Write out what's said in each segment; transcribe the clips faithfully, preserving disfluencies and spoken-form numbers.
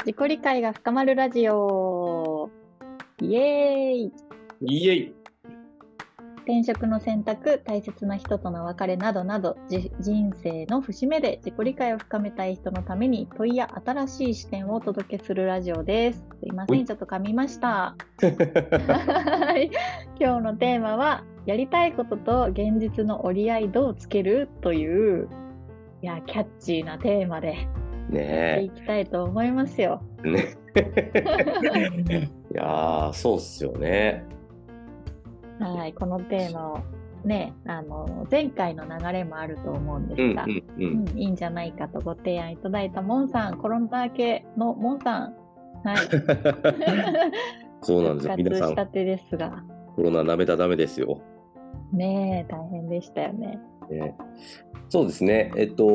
自己理解が深まるラジオ。イエーイ。 イエイ。 転職の選択、大切な人との別れなどなど、じ人生の節目で自己理解を深めたい人のために問いや新しい視点をお届けするラジオです。すいません、ちょっと噛みました。今日のテーマは、やりたいことと現実の折り合いどうつけるという、いや、キャッチーなテーマでやっていきたいと思いますよ。 ねいやー、そうっすよね。 はい、このテーマをね、あの前回の流れもあると思うんですが、うんうんうんうん、いいんじゃないかとご提案いただいたモンさん、コロナ明けのモンさん、はい、 そうなんですよ。皆さん、 したてですが、 コロナなめたらダメですよ。 ねえ、大変でしたよね。 ね、そうですね。えっと、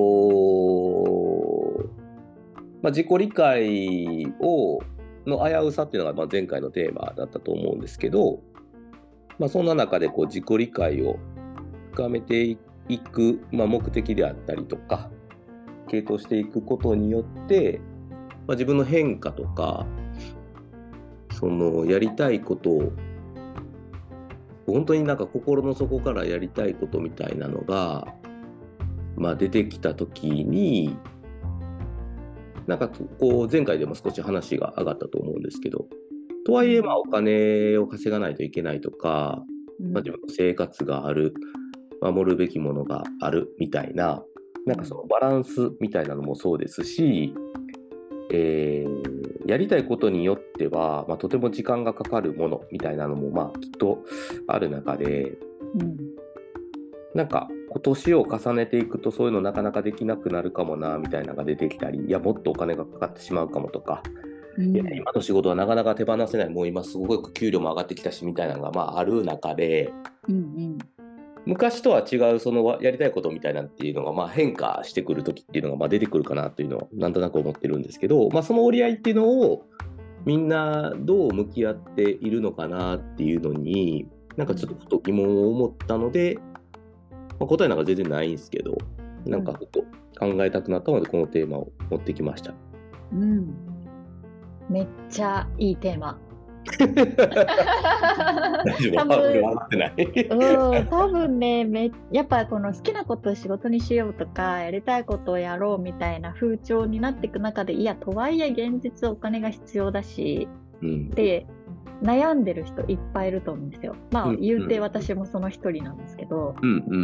まあ、自己理解をの危うさっていうのがまあ前回のテーマだったと思うんですけど、まあ、そんな中でこう自己理解を深めていく、まあ、目的であったりとか傾倒していくことによって、まあ、自分の変化とかそのやりたいことを本当になんか心の底からやりたいことみたいなのが、まあ、出てきた時になんかこう前回でも少し話が上がったと思うんですけど、とはいえまあお金を稼がないといけないとか、まあ、自分の生活がある、守るべきものがあるみたいな、なんかそのバランスみたいなのもそうですし、えー、やりたいことによっては、まあ、とても時間がかかるものみたいなのもまあきっとある中で、うん、なんか年を重ねていくとそういうのなかなかできなくなるかもなみたいなのが出てきたり、いやもっとお金がかかってしまうかもとか、うん、いや今の仕事はなかなか手放せない、もう今すごく給料も上がってきたしみたいなのがまあある中で、うんうん、昔とは違うそのやりたいことみたいなっていうのがまあ変化してくる時っていうのがまあ出てくるかなというのをなんとなく思ってるんですけど、まあ、その折り合いっていうのをみんなどう向き合っているのかなっていうのになんかちょっとふと疑問を思ったので、まあ、答えなんか全然ないんですけど、なんかふと考えたくなったのでこのテーマを持ってきました。 うん、めっちゃいいテーマ。 大丈夫？俺笑ってない。 うん、多分ね、めやっぱこの好きなことを仕事にしようとかやりたいことをやろうみたいな風潮になっていく中で、いやとはいえ現実お金が必要だし、うん、で悩んでる人いっぱいいると思うんですよ。まあ、うんうん、言うて私もその一人なんですけど、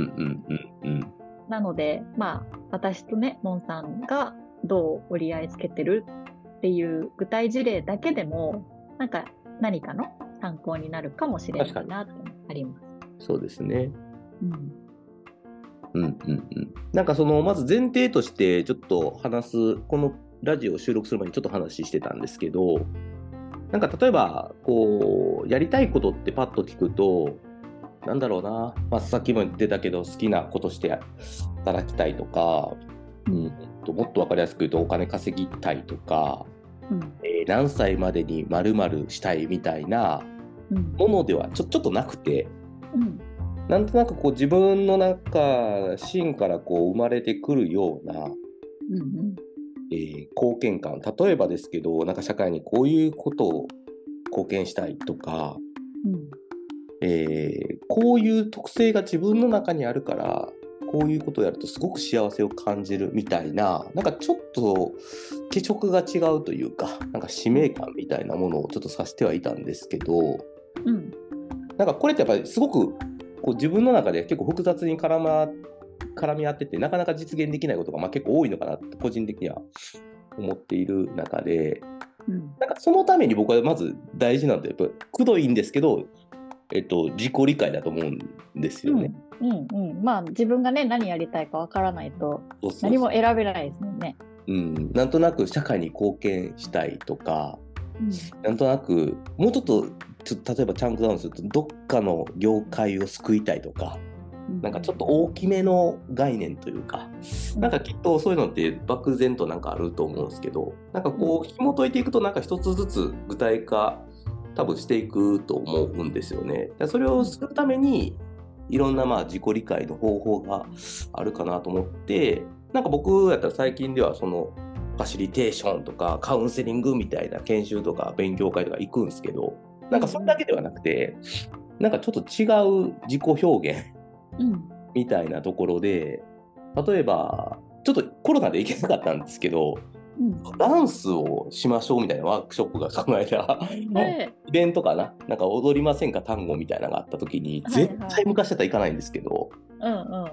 なのでまあ私とねモンさんがどう折り合いつけてるっていう具体事例だけでもなんか何かの参考になるかもしれないなとあります。 そうですね。うん、うんうんうん。なんかそのまず前提としてちょっと話す、このラジオを収録する前にちょっと話してたんですけど、なんか例えばこうやりたいことってパッと聞くとなんだろうな、まあ、さっきも言ってたけど好きなことして働きたいとか、うん、ともっと分かりやすく言うとお金稼ぎたいとか、うんえー、何歳までに〇〇したいみたいなものではちょ、ちょっとなくて、うん、なんとなくこう自分の中芯からこう生まれてくるような、うんうんえー、貢献感、例えばですけどなんか社会にこういうことを貢献したいとか、うんえー、こういう特性が自分の中にあるからこういうことをやるとすごく幸せを感じるみたいな、なんかちょっと気色が違うというか、なんか使命感みたいなものをちょっと指してはいたんですけど、うん、なんかこれってやっぱりすごくこう自分の中で結構複雑に絡ま絡み合っててなかなか実現できないことがまあ結構多いのかなと個人的には思っている中で、うん、なんかそのために僕はまず大事なんでやっぱくどいんですけど、えっと、自己理解だと思うんですよね。 うんうんうん、まあ自分がね何やりたいかわからないと何も選べないですもんね。 うん、なんとなく社会に貢献したいとか、うん、なんとなくもうちょっとちょっと例えばチャンクダウンするとどっかの業界を救いたいとか、うん、なんかちょっと大きめの概念というか、うん、なんかきっとそういうのって漠然となんかあると思うんですけど、なんかこう紐解いていくとなんか一つずつ具体化多分していくと思うんですよね。それをするためにいろんなまあ自己理解の方法があるかなと思って、なんか僕やったら最近ではそのファシリテーションとかカウンセリングみたいな研修とか勉強会とか行くんですけど、なんかそれだけではなくて、なんかちょっと違う自己表現みたいなところで、例えばちょっとコロナで行けなかったんですけど、うん、ダンスをしましょうみたいなワークショップが考えた、えー、イベントかな、なんか踊りませんか単語みたいなのがあった時に、はいはい、絶対昔だったら行かないんですけど、うんうん、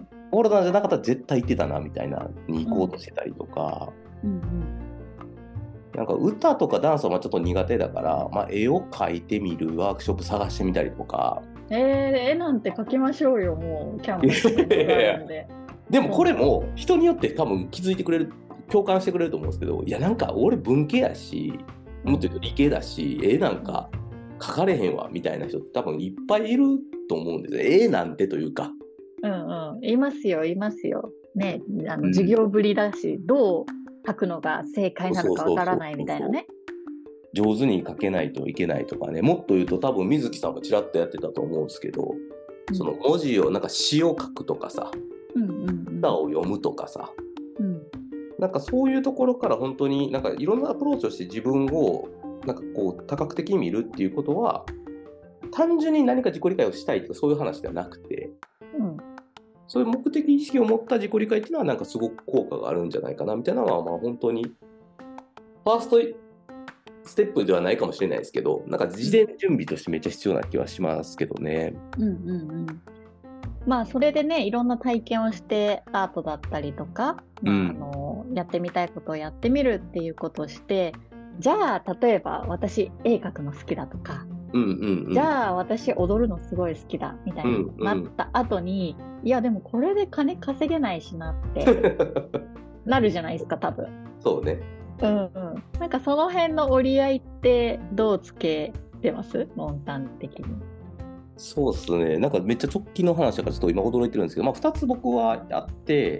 コロナじゃなかったら絶対行ってたなみたいなに行こうとしてたりとか、うんうんうん、なんか歌とかダンスはまあちょっと苦手だから、まあ、絵を描いてみるワークショップ探してみたりとか。 えー、絵なんて描きましょうよ、もうキャンバスで。 でもこれも人によって多分気づいてくれる、共感してくれると思うんですけど、いやなんか俺文系やし、もっと言うと理系だし、絵なんか描かれへんわみたいな人多分いっぱいいると思うんですよ。絵なんてというか。 うんうん、いますよいますよ。ね、あの授業ぶりだし、うん、どう描くのが正解なのかわからないみたいなね。 上手に描けないといけないとかね、もっと言うと多分水木さんもちらっとやってたと思うんですけど、うん、その文字をなんか詩を書くとかさ、うんうんうん、歌を読むとかさ、うん、なんかそういうところから本当になんかいろんなアプローチをして自分をなんかこう多角的に見るっていうことは、単純に何か自己理解をしたいとかそういう話ではなくて、うん、そういう目的意識を持った自己理解っていうのはなんかすごく効果があるんじゃないかなみたいなのは、まあ本当にファーストステップではないかもしれないですけど、なんか事前準備としてめっちゃ必要な気はしますけどね。うんうんうん、 まあそれでね、いろんな体験をしてアートだったりとか、まあ、あのやってみたいことをやってみるっていうことをして、じゃあ例えば私絵描くの好きだとか、うんうんうん、じゃあ私踊るのすごい好きだみたいになった後に、うんうん、いやでもこれで金稼げないしなってなるじゃないですか、多分。 そうね。 うんうん。なんかその辺の折り合いってどうつけてます？モンタン的に。 そうですね。なんかめっちゃ直近の話だからちょっと今驚いてるんですけど、まあふたつ僕はあって、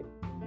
うん、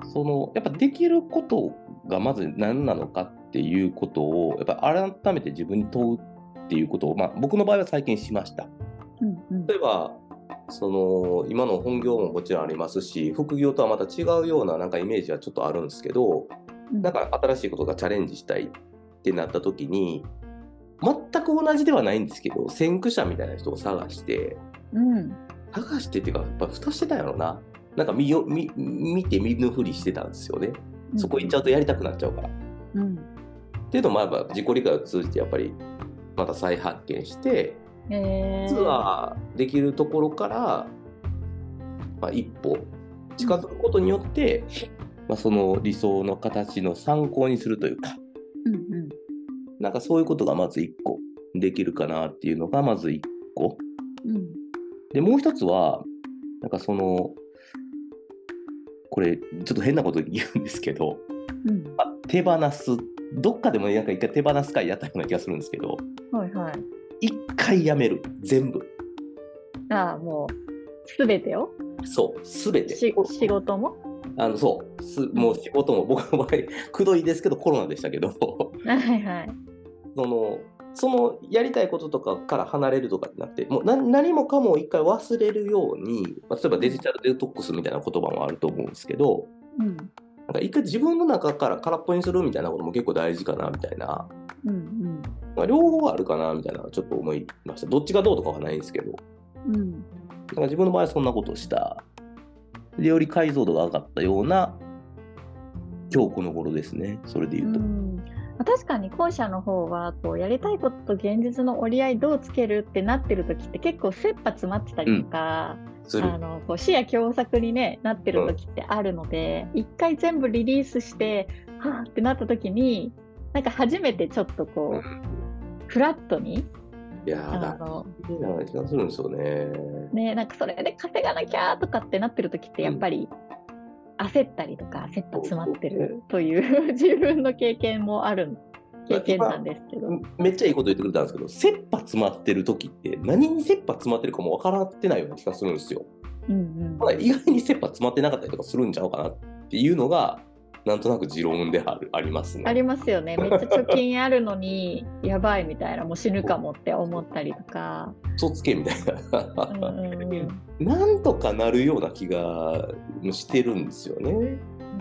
そのやっぱできることがまず何なのかっていうことをやっぱ改めて自分に問うっていうことを、まあ、僕の場合は最近しました。うんうん、例えばその今の本業ももちろんありますし、副業とはまた違うようななんかイメージはちょっとあるんですけど、うん、なんか新しいことがチャレンジしたいってなった時に全く同じではないんですけど、先駆者みたいな人を探して、うん、探してっていうかやっぱ蓋してたんやろな。なんか 見, よ 見, 見て見ぬふりしてたんですよね。そこ行っちゃうとやりたくなっちゃうから。うん、っていうのもやっぱ自己理解を通じてやっぱりまた再発見して、実はできるところから、まあ、一歩近づくことによって、うんまあ、その理想の形の参考にするというか、うんうん、なんかそういうことがまず一個できるかなっていうのがまず一個、うん、でもう一つはなんかそのこれちょっと変なこと言うんですけど、うんまあ、手放すどっかでもなんか一回手放す会やったような気がするんですけど、はいはい、一回やめる全部。 ああもうすべてをそうすべて仕事もあのそうすもう仕事も僕の場合くどいですけどコロナでしたけどはいはいそのそのやりたいこととかから離れるとかってなってもう何何もかも一回忘れるように、まあ、例えばデジタルデトックスみたいな言葉もあると思うんですけど、うん、なんか一回自分の中から空っぽにするみたいなことも結構大事かなみたいな、うんうんまあ、両方あるかなみたいなちょっと思いました。どっちがどうとかはないんですけど、うん、なんか自分の場合はそんなことをしたでより解像度が上がったような今日この頃ですね。それで言うと、うん確かに後者の方はこうやりたいことと現実の折り合いどうつけるってなってる時って結構切羽詰まってたりとか、うん、あのこう視野狭窄に、ね、なってる時ってあるので、うん、一回全部リリースしてはぁってなった時になんか初めてちょっとこう、うん、フラットにいやーだいいな気がするんですよね。 ねなんかそれで稼がなきゃとかってなってる時ってやっぱり、うん焦ったりとか切羽詰まってるという自分の経験もある経験なんですけど、 めっちゃいいこと言ってくれたんですけど切羽詰まってる時って何に切羽詰まってるかも分からってないような気がするんですよ、うんうん、意外に切羽詰まってなかったりとかするんちゃうかなっていうのがなんとなく持論であるありますね。 ありますよね。めっちゃ貯金あるのにやばいみたいなもう死ぬかもって思ったりとか嘘つけみたいなうんうんなんとかなるような気がしてるんですよね、うんうん、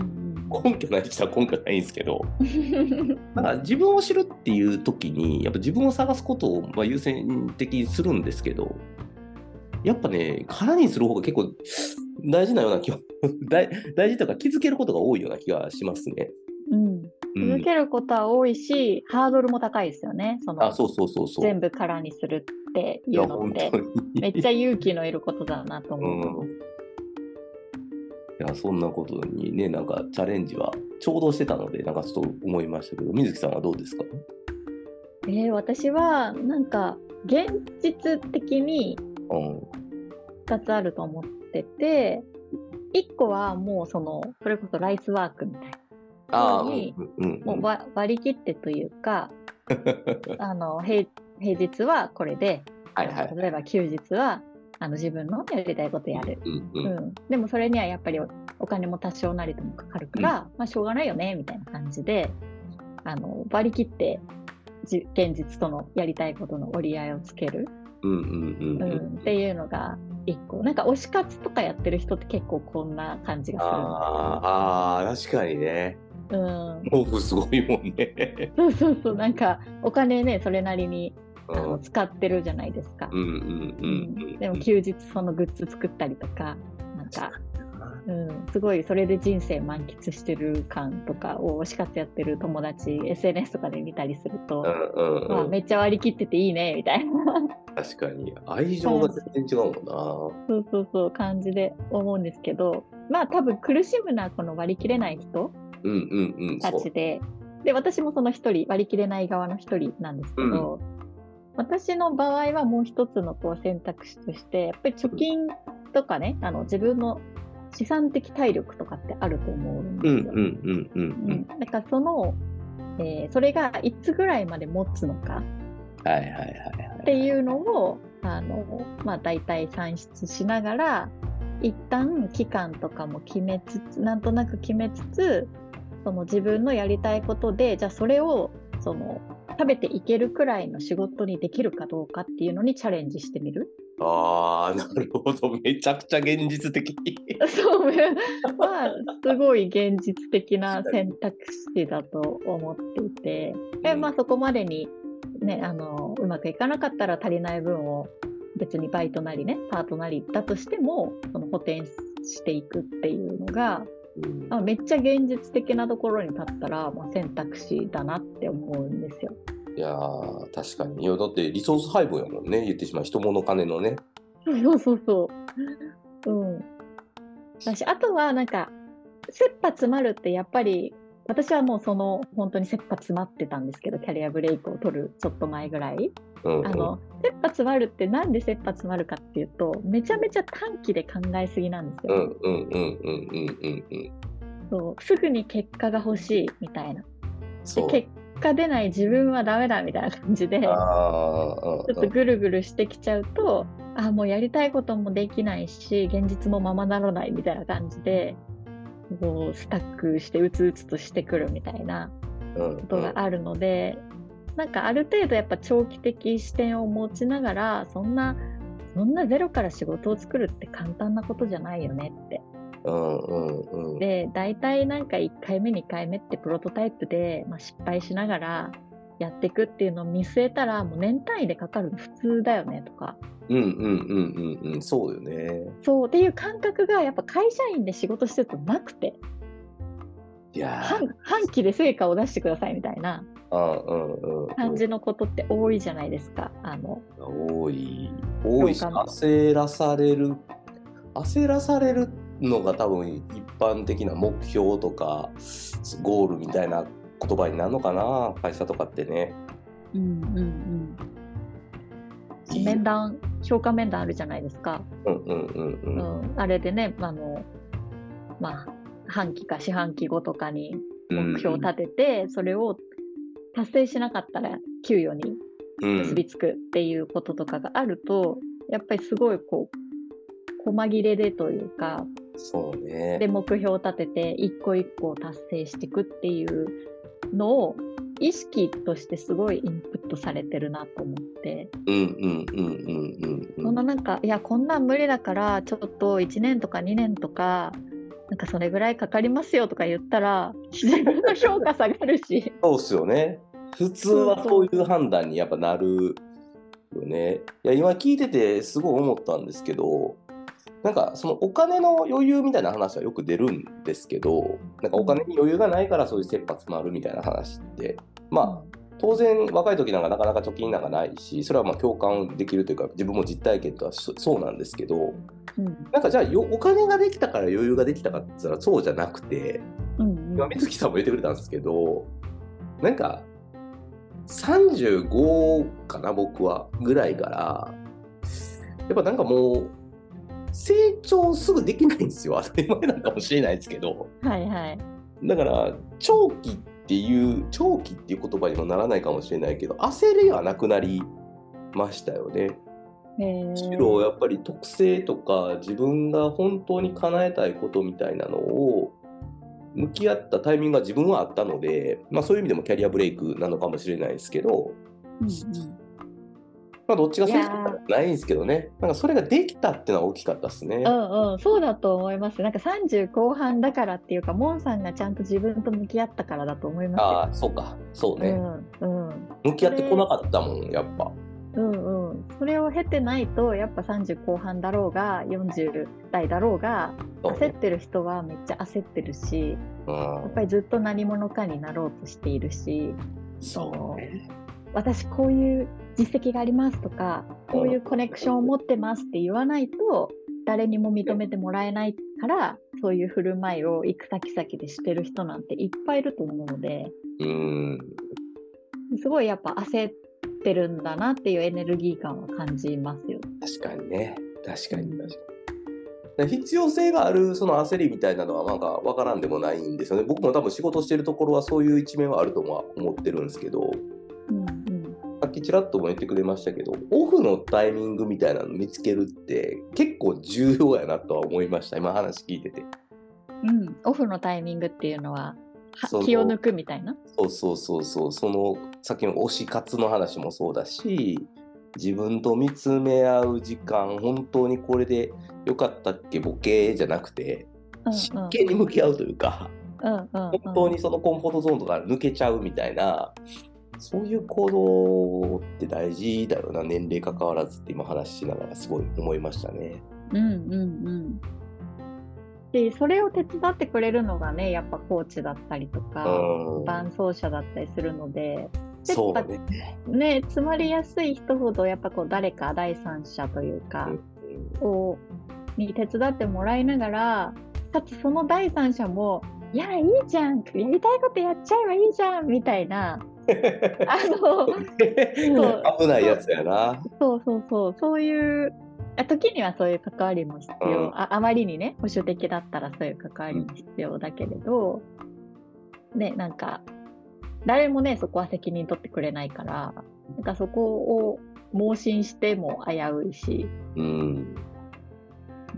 根拠ないって言ったら根拠ないんですけどだから自分を知るっていう時にやっぱ自分を探すことをまあ優先的にするんですけど、やっぱね空にする方が結構大事なような気は大, 大事とか気づけることが多いような気がしますね。 うん、気づけることは多いし、うん、ハードルも高いですよね。そのあそうそうそうそう全部空にするっていうのってめっちゃ勇気のいることだなと思う。うん、 いやそんなことにねなんかチャレンジはちょうどしてたのでなんかちょっと思いましたけど、水木さんはどうですか？ えー、私はなんか現実的にふたつあると思ってて、いっこはもうそのそれこそライスワークみたいな風にもう割り切ってというかあの 平, 平日はこれで、はいはい、例えば休日はあの自分のやりたいことやる、うんうんうん、でもそれにはやっぱりお金も多少なりともかかるから、うんまあ、しょうがないよねみたいな感じであの割り切って現実とのやりたいことの折り合いをつける、うんうんうんうんうん、っていうのがいっこ。なんか推し活とかやってる人って結構こんな感じがする。 ああ確かにね。うん、毛布すごいもんね。 そうそうそう、なんかお金ねそれなりにあの使ってるじゃないですか。でも休日そのグッズ作ったりとかなんか、うん、すごいそれで人生満喫してる感とかを推し活やってる友達 エスエヌエス とかで見たりすると、うんうんうんまあ、めっちゃ割り切ってていいねみたいな。 確かに愛情が全然違うもんな。 そうそうそう感じで思うんですけど、まあ多分苦しむのはこの割り切れない人たちで、うんうんうん、で私もその一人割り切れない側の一人なんですけど、うん、私の場合はもう一つのこう選択肢としてやっぱり貯金とかね、あの自分の資産的体力とかってあると思うんですよ。だからその、えー、それがいつぐらいまで持つのかっていうのをあの、まあ、大体算出しながら一旦期間とかも決めつつなんとなく決めつつその自分のやりたいことでじゃあそれをその食べていけるくらいの仕事にできるかどうかっていうのにチャレンジしてみる。 ああなるほど、めちゃくちゃ現実的。 そうまあすごい現実的な選択肢だと思っていて、でまあそこまでにねあのうまくいかなかったら足りない分を別にバイトなりねパートなりだとしてもその補填していくっていうのが、うん、めっちゃ現実的なところに立ったら、まあ、選択肢だなって思うんですよ。 いやー確かに。いやだってリソース配分やもんね、言ってしまう人物金のね。 そうそうそう。うん。私あとはなんか切羽詰まるってやっぱり私はもうその本当に切羽詰まってたんですけどキャリアブレイクを取るちょっと前ぐらい、うんうん、あの切羽詰まるってなんで切羽詰まるかっていうとめちゃめちゃ短期で考えすぎなんですよ。そうすぐに結果が欲しいみたいな。そう結果出ない自分はダメだみたいな感じでちょっとぐるぐるしてきちゃうとあもうやりたいこともできないし現実もままならないみたいな感じでこうスタックしてうつうつとしてくるみたいなことがあるので、うんうん、なんかある程度やっぱ長期的視点を持ちながらそんなそんなゼロから仕事を作るって簡単なことじゃないよねって。うんうんうん、で大体なんかいっかいめにかいめってプロトタイプで、まあ、失敗しながらやっていくっていうのを見据えたらもう年単位でかかるの普通だよねとか。 うんうんうんうんうんそうよね。 そうっていう感覚がやっぱ会社員で仕事してるとなくて、いや半, 半期で成果を出してくださいみたいな感じのことって多いじゃないですか。あの多い多いし焦らされる焦らされるのが多分一般的な目標とかゴールみたいな言葉になるのかな会社とかってね。うんうんうん面談評価面談あるじゃないですか。うんうんうんうん、うん、あれでねあのまあ半期か四半期後とかに目標を立てて、うん、それを達成しなかったら給与に結びつくっていうこととかがあると、うん、やっぱりすごいこう細切れでというかそうねで目標を立てて一個一個達成していくっていうのを意識としてすごいインプットされてるなと思って、うんうんうんうんうん、そんななんかいやこんなん無理だからちょっといちねんとかにねんとかなんかそれぐらいかかりますよとか言ったら自分の評価下がるしそうっすよね。普通はそういう判断にやっぱなるよね。いや今聞いててすごい思ったんですけど、なんかそのお金の余裕みたいな話はよく出るんですけど、なんかお金に余裕がないからそういう切羽詰まるみたいな話って、まあ当然若い時なんかなかなか貯金なんかないし、それはまあ共感できるというか自分も実体験とはそうなんですけど、うん、なんかじゃあよお金ができたから余裕ができたかって言ったらそうじゃなくて、うんうん、今水木さんも言ってくれたんですけど、なんかさんじゅうごかな僕はぐらいからやっぱなんかもう成長すぐできないんですよ。当たり前なのかもしれないですけど、はいはい、だから長期っていう長期っていう言葉にもならないかもしれないけど焦りはなくなりましたよね。むしろやっぱり特性とか自分が本当に叶えたいことみたいなのを向き合ったタイミングが自分はあったので、まあ、そういう意味でもキャリアブレイクなのかもしれないですけど、うんうん、まあ、どっちが正解かないんですけどね、なんかそれができたっていうのは大きかったですね。 うんうん、そうだと思います。なんかさんじゅう後半だからっていうか、モンさんがちゃんと自分と向き合ったからだと思いますよ。 ああ、そうか、そうね、うんうん、向き合ってこなかったもん、やっぱ。 うんうん、それを経てないとやっぱさんじゅう後半だろうがよんじゅう代だろうが焦ってる人はめっちゃ焦ってるし、うん、やっぱりずっと何者かになろうとしているし、そう、ね、私こういう実績がありますとかこういうコネクションを持ってますって言わないと誰にも認めてもらえないから、そういう振る舞いを行く先々でしてる人なんていっぱいいると思うので、うん、すごいやっぱ焦っててるんだなっていうエネルギー感は感じますよ。 確かにね、確かに確かに。必要性があるその焦りみたいなのはなんか分からんでもないんですよね。僕も多分仕事してるところはそういう一面はあるとは思ってるんですけど、うんうん、さっきちらっとも言ってくれましたけど、オフのタイミングみたいなのを見つけるって結構重要やなとは思いました、今話聞いてて。 うん、オフのタイミングっていうのは気を抜くみたいな。 そうそうそうそう、そのさっきの推し活の話もそうだし、自分と見つめ合う時間、本当にこれでよかったっけボケじゃなくて、うんうん、真剣に向き合うというか、うんうんうん、本当にそのコンフォートゾーンとか抜けちゃうみたいな、そういう行動って大事だよな、年齢関わらずって今話しながらすごい思いましたね。 うんうんうん。でそれを手伝ってくれるのがね、やっぱコーチだったりとか伴走者だったりするので、 そうね、 ね、詰まりやすい人ほどやっぱこう誰か第三者というか、うん、をに手伝ってもらいながら、かつその第三者もいやいいじゃん、やりたいことやっちゃえばいいじゃんみたいなあの危ないやつやな。 そうそうそうそういう時にはそういう関わりも必要、うん、あ, あまりにね保守的だったらそういう関わりも必要だけれど、うん、ね、なんか誰もねそこは責任取ってくれないから、なんかそこを盲信しても危ういし、うんうんうん、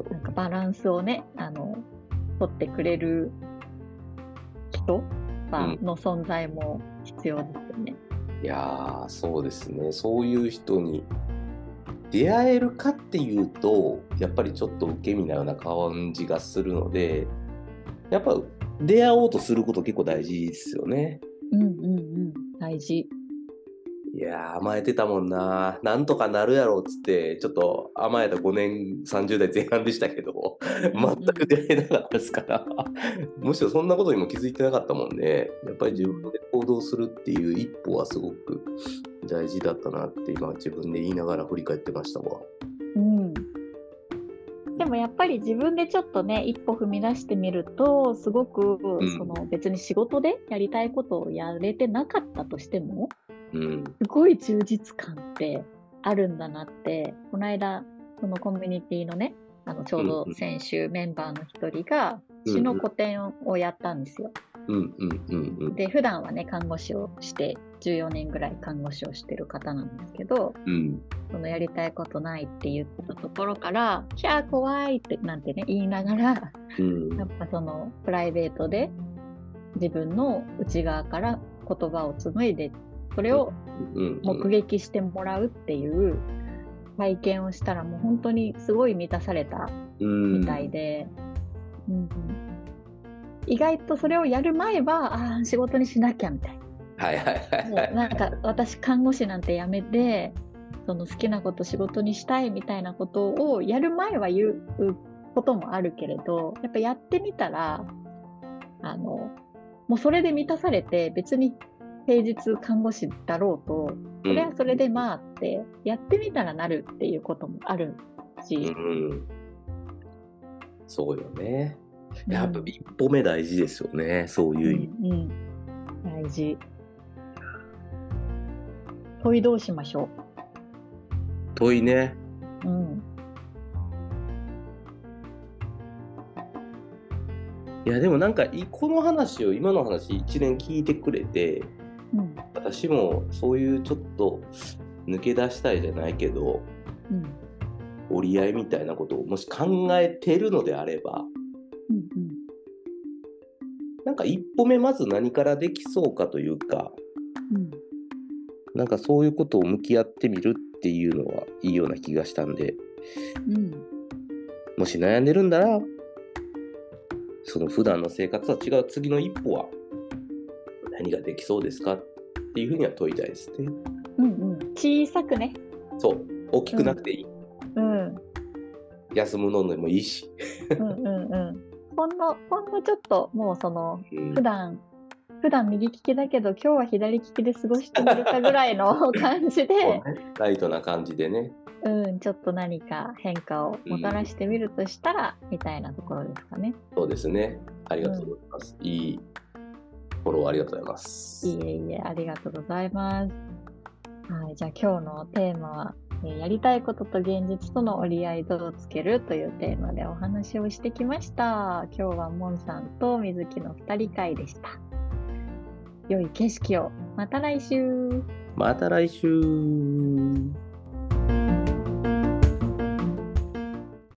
なんかバランスをねあの取ってくれる人の存在も必要ですよね。 うん、いやーそうですね、そういう人に出会えるかっていうとやっぱりちょっと受け身なような感じがするので、やっぱ出会おうとすること結構大事ですよね。 うんうんうん、大事。 いやー甘えてたもんな、なんとかなるやろうっつってちょっと甘えたごねんさんじゅう代前半でしたけど全く出会えなかったですからむしろそんなことにも気づいてなかったもんね。やっぱり自分で行動するっていう一歩はすごく大事だったなって今自分で言いながら振り返ってましたわ。うん、 でもやっぱり自分でちょっとね一歩踏み出してみるとすごく、うん、その別に仕事でやりたいことをやれてなかったとしても、うん、すごい充実感ってあるんだなって、この間そのコミュニティのねあのちょうど先週メンバーの一人が詩の個展をやったんですよ。うんうんうんうん、で普段はね看護師をしてじゅうよねんぐらい看護師をしてる方なんですけど、うん、そのやりたいことないって言ったところから「キャー怖い」ってなんてね言いながら、うん、やっぱそのプライベートで自分の内側から言葉を紡いでそれを目撃してもらうっていう体験をしたらもう本当にすごい満たされたみたいで、うんうん、意外とそれをやる前はあ仕事にしなきゃみたいな。 はいはいはいはい、 なんか私看護師なんてやめてその好きなこと仕事にしたいみたいなことをやる前は言うこともあるけれど、やっぱやってみたらあのもうそれで満たされて、別に平日看護師だろうとそれはそれでまあってやってみたらなるっていうこともあるし、うん、 そうよね。やっぱ一歩目大事ですよね、そういう、 うんうん、大事。問いどうしましょう。 問いね。 うん。 いやでもなんかこの話を今の話一年聞いてくれて、 うん、 私もそういうちょっと抜け出したいじゃないけど、うん、折り合いみたいなことをもし考えてるのであれば、うんうん、なんか一歩目まず何からできそうかというか、うん、なんかそういうことを向き合ってみるっていうのはいいような気がしたんで、うん、もし悩んでるんだらその普段の生活は違う次の一歩は何ができそうですかっていうふうには問いたいですね。 うんうん、小さくね。 そう、大きくなくていい。 うん。うん、 休むのでもいいし。 うんうんうん。ほんのほんのちょっともうその、うん、普段普段右利きだけど今日は左利きで過ごしてみるかぐらいの感じで、ね、 ライトな感じでね。 うん、ちょっと何か変化をもたらしてみるとしたら、うん、みたいなところですかね。 そうですね。ありがとうございます。うん、いいフォローありがとうございます。 いえいえ、ありがとうございます。はい、じゃあ今日のテーマは、えー、やりたいことと現実との折り合いどうつけるというテーマでお話をしてきました。今日はモンさんと水木の二人会でした。良い景色を。また来週。 また来週。